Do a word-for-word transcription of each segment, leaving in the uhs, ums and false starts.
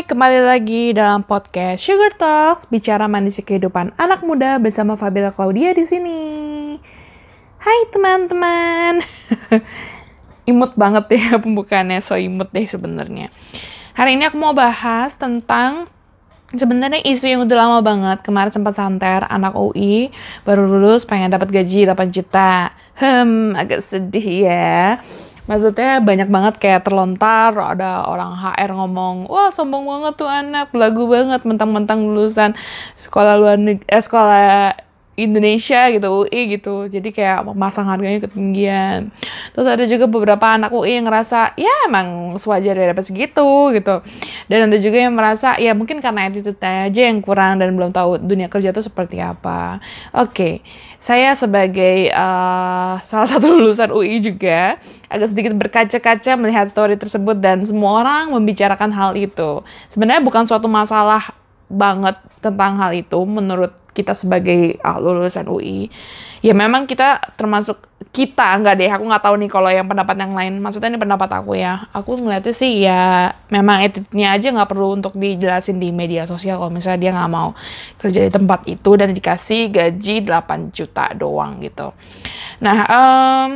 kembali lagi dalam podcast Sugar Talks, bicara manis kehidupan anak muda bersama Fabiola Claudia di sini. Hai teman-teman. Imut banget ya pembukaannya, so imut deh sebenarnya. Hari ini aku mau bahas tentang sebenarnya isu yang udah lama banget. Kemarin sempat santer, anak U I baru lulus pengen dapat gaji delapan juta. Hmm, agak sedih ya. Maksudnya banyak banget kayak terlontar, ada orang H R ngomong, wah sombong banget tuh anak, belagu banget, mentang-mentang lulusan sekolah luar negeri, eh, sekolah Indonesia gitu, U I gitu. Jadi kayak memasang harganya ketinggian. Terus ada juga beberapa anak U I yang ngerasa, ya emang sewajarnya dapat segitu gitu. Dan ada juga yang merasa, ya mungkin karena attitude-nya aja yang kurang dan belum tahu dunia kerja itu seperti apa. Oke, okay. Saya sebagai uh, salah satu lulusan U I juga, agak sedikit berkaca-kaca melihat story tersebut dan semua orang membicarakan hal itu. Sebenarnya bukan suatu masalah banget tentang hal itu menurut kita sebagai uh, lulusan U I. Ya memang kita termasuk kita, enggak deh, aku nggak tahu nih kalau yang pendapat yang lain. Maksudnya ini pendapat aku ya. Aku ngeliatnya sih ya memang attitude-nya aja nggak perlu untuk dijelasin di media sosial kalau misalnya dia nggak mau kerja di tempat itu dan dikasih gaji delapan juta doang gitu. Nah, um,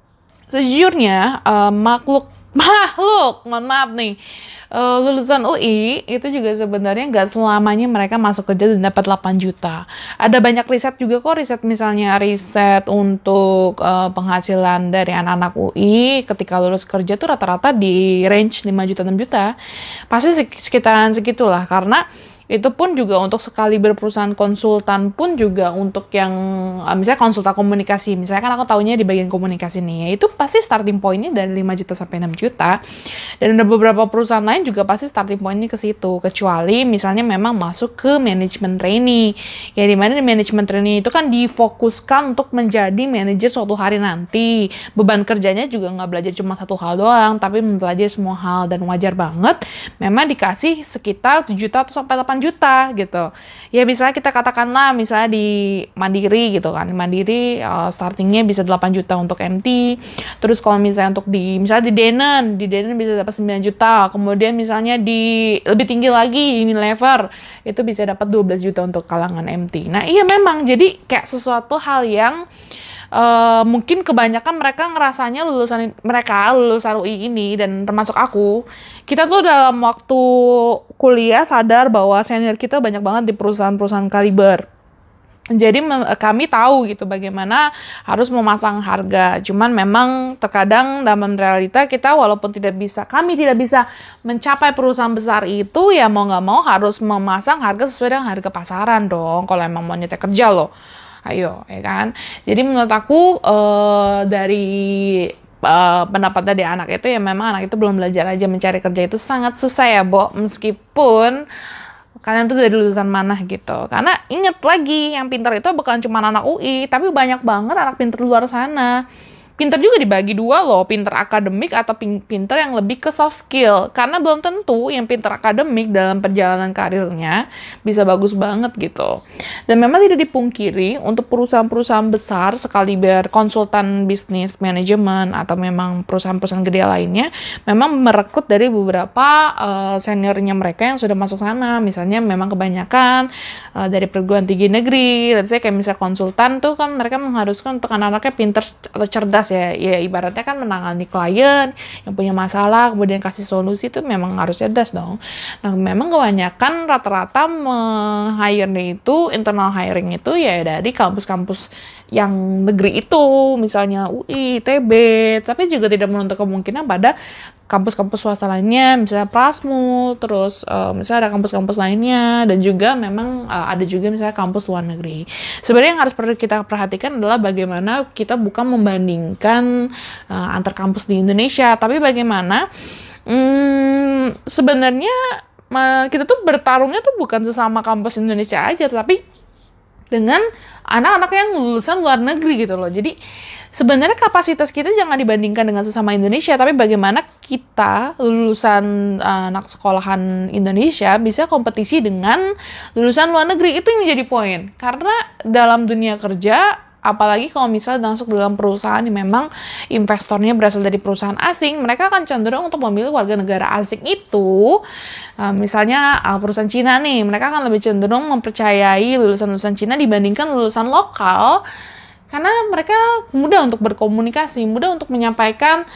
sejujurnya um, makhluk makhluk, mohon maaf nih, uh, lulusan U I itu juga sebenarnya nggak selamanya mereka masuk kerja dan dapat delapan juta. Ada banyak riset juga kok, riset misalnya riset untuk uh, penghasilan dari anak-anak U I ketika lulus kerja tuh rata-rata di range lima juta enam juta. Pasti sekitaran segitulah, karena itu pun juga untuk sekali berperusahaan konsultan pun juga untuk yang misalnya konsultan komunikasi, misalnya kan aku taunya di bagian komunikasi nih, ya itu pasti starting point-nya dari lima juta sampai enam juta. Dan ada beberapa perusahaan lain juga pasti starting point-nya ke situ, kecuali misalnya memang masuk ke manajemen trainee, ya dimana di manajemen trainee itu kan difokuskan untuk menjadi manajer suatu hari nanti. Beban kerjanya juga nggak belajar cuma satu hal doang, tapi mempelajari semua hal, dan wajar banget memang dikasih sekitar tujuh juta atau sampai delapan juta gitu. Ya misalnya kita katakanlah misalnya di Mandiri gitu kan. Mandiri uh, startingnya bisa delapan juta untuk M T. Terus kalau misalnya untuk di misalnya di Denen, di Denen bisa dapat sembilan juta. Kemudian misalnya di lebih tinggi lagi Unilever itu bisa dapat dua belas juta untuk kalangan M T. Nah, iya memang jadi kayak sesuatu hal yang Uh, mungkin kebanyakan mereka ngerasanya lulusan mereka lulusan U I ini dan termasuk aku, kita tuh dalam waktu kuliah sadar bahwa senior kita banyak banget di perusahaan-perusahaan kaliber. Jadi kami tahu gitu bagaimana harus memasang harga. Cuman memang terkadang dalam realita kita walaupun tidak bisa, kami tidak bisa mencapai perusahaan besar itu, ya mau nggak mau harus memasang harga sesuai dengan harga pasaran dong. Kalau emang mau nyetek kerja loh. Ayo, ya kan? Jadi menurut aku uh, dari uh, pendapat dari anak itu ya memang anak itu belum belajar aja, mencari kerja itu sangat susah ya, Bo. Meskipun kalian tuh dari lulusan mana gitu. Karena inget lagi, yang pintar itu bukan cuma anak U I, tapi banyak banget anak pintar luar sana. Pinter juga dibagi dua loh, pinter akademik atau pinter yang lebih ke soft skill. Karena belum tentu yang pinter akademik dalam perjalanan karirnya bisa bagus banget gitu. Dan memang tidak dipungkiri untuk perusahaan-perusahaan besar sekaliber konsultan bisnis manajemen atau memang perusahaan-perusahaan gede lainnya memang merekrut dari beberapa uh, seniornya mereka yang sudah masuk sana. Misalnya memang kebanyakan uh, dari perguruan tinggi negeri. Let's say kayak misalnya konsultan tuh kan mereka mengharuskan untuk anak-anaknya pinter atau cerdas ya, ya ibaratnya kan menangani klien yang punya masalah kemudian kasih solusi itu memang harus cerdas dong. Nah memang kebanyakan rata-rata meng-hire itu internal hiring itu ya dari kampus-kampus yang negeri itu, misalnya U I, I T B, tapi juga tidak menutup kemungkinan pada kampus-kampus swasta lainnya, misalnya Prasmul, terus uh, misalnya ada kampus-kampus lainnya, dan juga memang uh, ada juga misalnya kampus luar negeri. Sebenarnya yang harus perlu kita perhatikan adalah bagaimana kita bukan membandingkan uh, antar kampus di Indonesia, tapi bagaimana hmm, sebenarnya uh, kita tuh bertarungnya tuh bukan sesama kampus Indonesia aja, tapi dengan anak-anak yang lulusan luar negeri gitu loh. Jadi sebenarnya kapasitas kita jangan dibandingkan dengan sesama Indonesia, tapi bagaimana kita lulusan uh, anak sekolahan Indonesia bisa kompetisi dengan lulusan luar negeri, itu yang menjadi poin. Karena dalam dunia kerja Apalagi kalau misalnya masuk dalam perusahaan yang memang investornya berasal dari perusahaan asing, mereka akan cenderung untuk memilih warga negara asing itu. Uh, misalnya uh, perusahaan Cina nih, mereka akan lebih cenderung mempercayai lulusan-lulusan Cina dibandingkan lulusan lokal. Karena mereka mudah untuk berkomunikasi, mudah untuk menyampaikan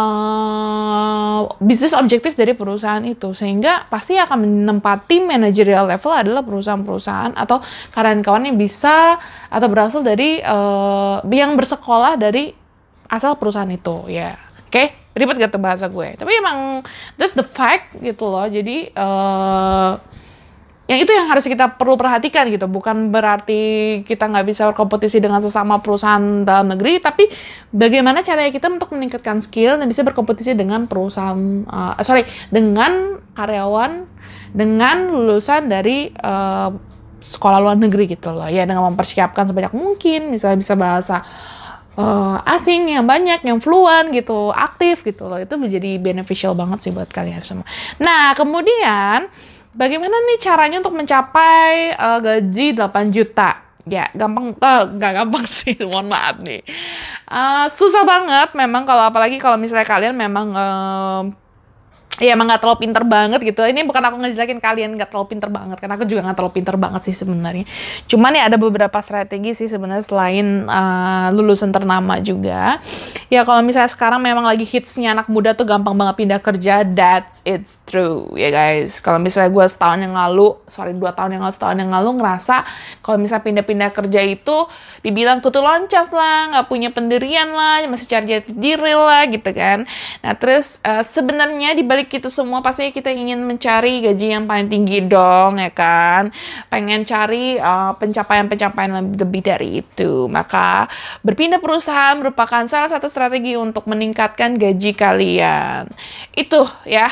uh, bisnis objektif dari perusahaan itu. Sehingga pasti akan menempati managerial level adalah perusahaan-perusahaan atau karyawan-karyawan yang bisa atau berasal dari, uh, yang bersekolah dari asal perusahaan itu. Ya, oke? Okay? Ribet gak tuh bahasa gue? Tapi emang that's the fact gitu loh. Jadi, uh, yang itu yang harus kita perlu perhatikan gitu, bukan berarti kita nggak bisa berkompetisi dengan sesama perusahaan dalam negeri, tapi bagaimana caranya kita untuk meningkatkan skill dan bisa berkompetisi dengan perusahaan, uh, sorry, dengan karyawan, dengan lulusan dari uh, sekolah luar negeri gitu loh, ya dengan mempersiapkan sebanyak mungkin, misalnya bisa bahasa uh, asing yang banyak, yang fluent gitu, aktif gitu loh, itu menjadi beneficial banget sih buat kalian semua. Nah, kemudian bagaimana nih caranya untuk mencapai uh, gaji delapan juta? Ya, gampang, uh, gak gampang sih, mohon maaf nih. Uh, susah banget memang kalau apalagi kalau misalnya kalian memang uh, ya emang gak terlalu pinter banget gitu. Ini bukan aku ngejelekin kalian gak terlalu pinter banget, karena aku juga gak terlalu pinter banget sih sebenarnya. Cuman ya ada beberapa strategi sih sebenarnya selain uh, lulusan ternama juga. Ya kalau misalnya sekarang memang lagi hitsnya anak muda tuh gampang banget pindah kerja, that's it's true ya guys. Kalau misalnya gue setahun yang lalu, sorry dua tahun yang lalu, setahun yang lalu ngerasa kalau misalnya pindah-pindah kerja itu dibilang kutu loncat lah, gak punya pendirian lah, masih cari jati diri lah gitu kan. Nah terus uh, sebenarnya dibalik itu semua pasti kita ingin mencari gaji yang paling tinggi dong ya kan, pengen cari uh, pencapaian-pencapaian lebih, lebih dari itu. Maka berpindah perusahaan merupakan salah satu strategi untuk meningkatkan gaji kalian itu ya.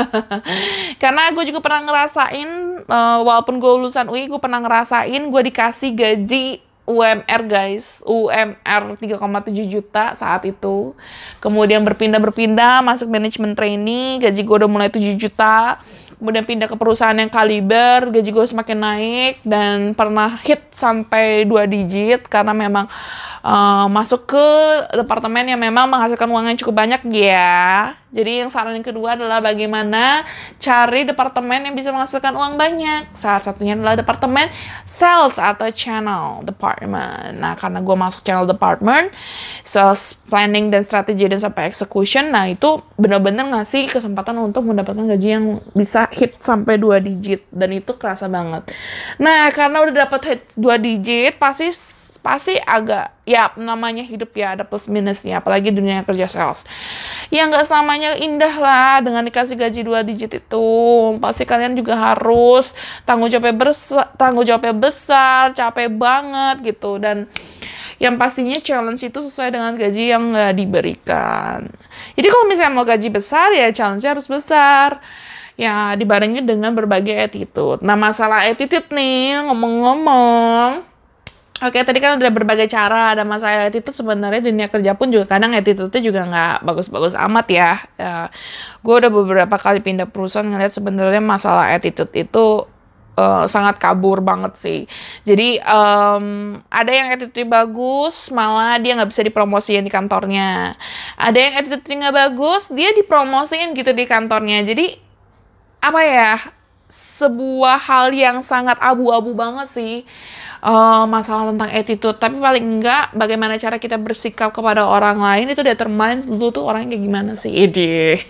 Karena gue juga pernah ngerasain uh, walaupun gue lulusan U I, gue pernah ngerasain gue dikasih gaji U M R guys, U M R tiga koma tujuh juta saat itu. Kemudian berpindah-berpindah, masuk manajemen trainee, gaji gue udah mulai tujuh juta. Kemudian pindah ke perusahaan yang kaliber, gaji gue semakin naik. Dan pernah hit sampai dua digit karena memang uh, masuk ke departemen yang memang menghasilkan uang yang cukup banyak ya. Jadi yang saran yang kedua adalah bagaimana cari departemen yang bisa menghasilkan uang banyak. Salah satunya adalah departemen sales atau channel department. Nah, karena gue masuk channel department, sales planning dan strategi dan sampai execution, nah itu benar-benar ngasih kesempatan untuk mendapatkan gaji yang bisa hit sampai dua digit. Dan itu kerasa banget. Nah, karena udah dapat hit dua digit, pasti pasti agak, ya namanya hidup ya ada plus minusnya, apalagi dunia kerja sales. Ya nggak selamanya indah lah dengan dikasih gaji dua digit itu. Pasti kalian juga harus tanggung jawabnya besar, tanggung jawabnya besar, capek banget gitu. Dan yang pastinya challenge itu sesuai dengan gaji yang nggak diberikan. Jadi kalau misalnya mau gaji besar ya challenge-nya harus besar. Ya dibarengi dengan berbagai attitude. Nah masalah attitude nih, ngomong-ngomong, oke, tadi kan udah berbagai cara, ada masalah attitude. Sebenarnya dunia kerja pun juga kadang attitude-nya juga nggak bagus-bagus amat ya. ya gue udah beberapa kali pindah perusahaan ngeliat sebenarnya masalah attitude itu uh, sangat kabur banget sih. Jadi um, ada yang attitude bagus, malah dia nggak bisa dipromosiin di kantornya. Ada yang attitude nggak bagus, dia dipromosiin gitu di kantornya. Jadi apa ya? Sebuah hal yang sangat abu-abu banget sih. Uh, masalah tentang attitude, tapi paling enggak bagaimana cara kita bersikap kepada orang lain itu determines dulu tuh orangnya kayak gimana sih. Ide.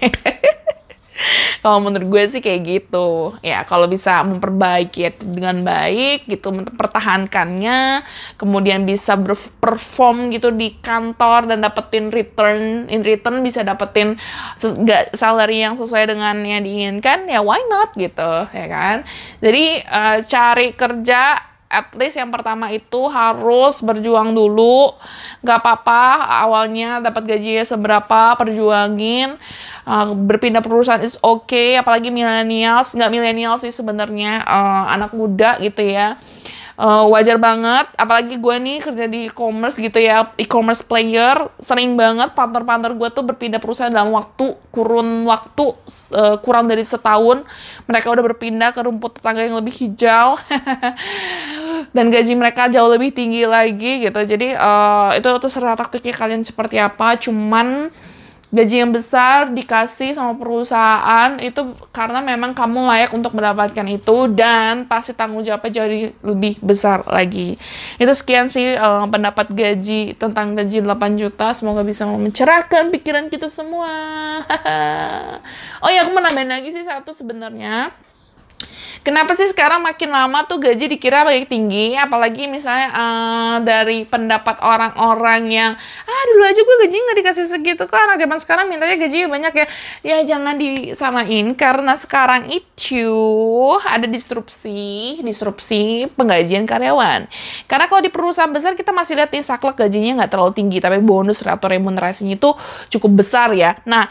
Kalau menurut gue sih kayak gitu. Ya, kalau bisa memperbaiki itu dengan baik gitu, mempertahankannya, kemudian bisa berperform gitu di kantor dan dapetin return, in return bisa dapetin salary yang sesuai dengan yang diinginkan, ya why not gitu, ya kan? Jadi uh, cari kerja at least yang pertama itu harus berjuang dulu. Gak apa-apa awalnya dapat gajinya seberapa, perjuangin. Uh, berpindah perusahaan is okay, apalagi millennials. Gak millennials sih sebenarnya, uh, anak muda gitu ya. Uh, wajar banget, apalagi gue nih kerja di e-commerce gitu ya, e-commerce player, sering banget partner-partner gue tuh berpindah perusahaan dalam waktu, kurun waktu uh, kurang dari setahun, mereka udah berpindah ke rumput tetangga yang lebih hijau. dan gaji mereka jauh lebih tinggi lagi gitu. Jadi uh, itu terserah taktiknya kalian seperti apa. Cuman gaji yang besar dikasih sama perusahaan itu karena memang kamu layak untuk mendapatkan itu, dan pasti tanggung jawabnya jadi lebih besar lagi. Itu sekian sih uh, pendapat gaji tentang gaji delapan juta. Semoga bisa mencerahkan pikiran kita semua. Oh ya, aku mau nambahin lagi sih satu sebenarnya. Kenapa sih sekarang makin lama tuh gaji dikira makin tinggi, apalagi misalnya uh, dari pendapat orang-orang yang ah dulu aja gue gaji nggak dikasih segitu kok, anak zaman sekarang mintanya gaji banyak ya. Ya jangan disamain, karena sekarang itu ada disrupsi, disrupsi penggajian karyawan. Karena kalau di perusahaan besar kita masih lihat nih saklek gajinya nggak terlalu tinggi, tapi bonus atau remunerasinya itu cukup besar ya. Nah,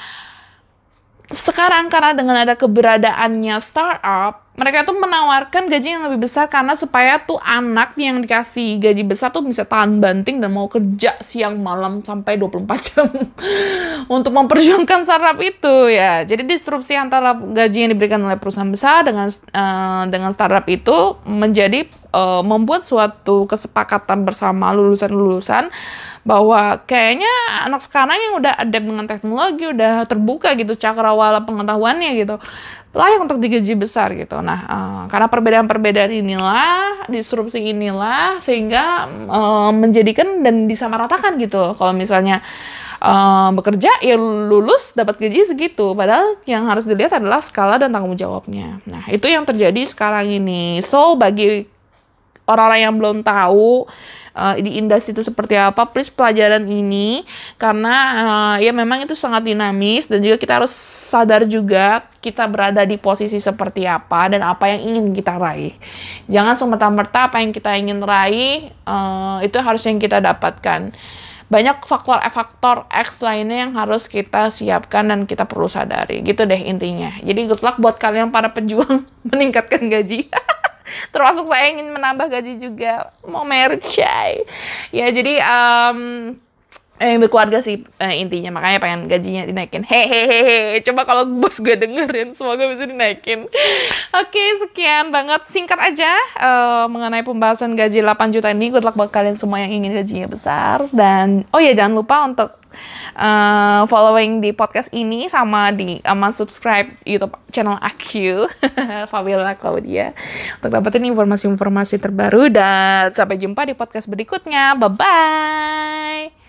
sekarang karena dengan ada keberadaannya startup, mereka tuh menawarkan gaji yang lebih besar karena supaya tuh anak yang dikasih gaji besar tuh bisa tahan banting dan mau kerja siang malam sampai dua puluh empat jam untuk memperjuangkan startup itu ya. Jadi disrupsi antara gaji yang diberikan oleh perusahaan besar dengan uh, dengan startup itu menjadi uh, membuat suatu kesepakatan bersama lulusan-lulusan bahwa kayaknya anak sekarang yang udah adapt dengan teknologi, udah terbuka gitu cakrawala pengetahuannya gitu, layak untuk digaji besar gitu. Nah, uh, karena perbedaan-perbedaan inilah, disrupsi inilah, sehingga uh, menjadikan dan disamaratakan gitu. Kalau misalnya uh, bekerja, ya lulus dapat gaji segitu. Padahal yang harus dilihat adalah skala dan tanggung jawabnya. Nah, itu yang terjadi sekarang ini. So, bagi orang-orang yang belum tahu uh, di industri itu seperti apa, please pelajaran ini, karena uh, ya memang itu sangat dinamis, dan juga kita harus sadar juga kita berada di posisi seperti apa dan apa yang ingin kita raih. Jangan semerta-merta apa yang kita ingin raih uh, itu harus yang kita dapatkan. Banyak faktor-faktor X lainnya yang harus kita siapkan dan kita perlu sadari. Gitu deh intinya. Jadi good luck buat kalian para pejuang meningkatkan gaji. Termasuk saya ingin menambah gaji juga, mau merch ya. Jadi um, eh, berkeluarga sih eh, intinya, makanya pengen gajinya dinaikin. Hehehe, coba kalau bos gue dengerin, semoga bisa dinaikin. Oke, sekian banget, singkat aja uh, mengenai pembahasan gaji delapan juta ini. Good luck buat kalian semua yang ingin gajinya besar. Dan oh ya, jangan lupa untuk Uh, following di podcast ini, sama di sama subscribe YouTube channel aku Fabiola Claudia untuk dapetin informasi-informasi terbaru. Dan sampai jumpa di podcast berikutnya. Bye bye.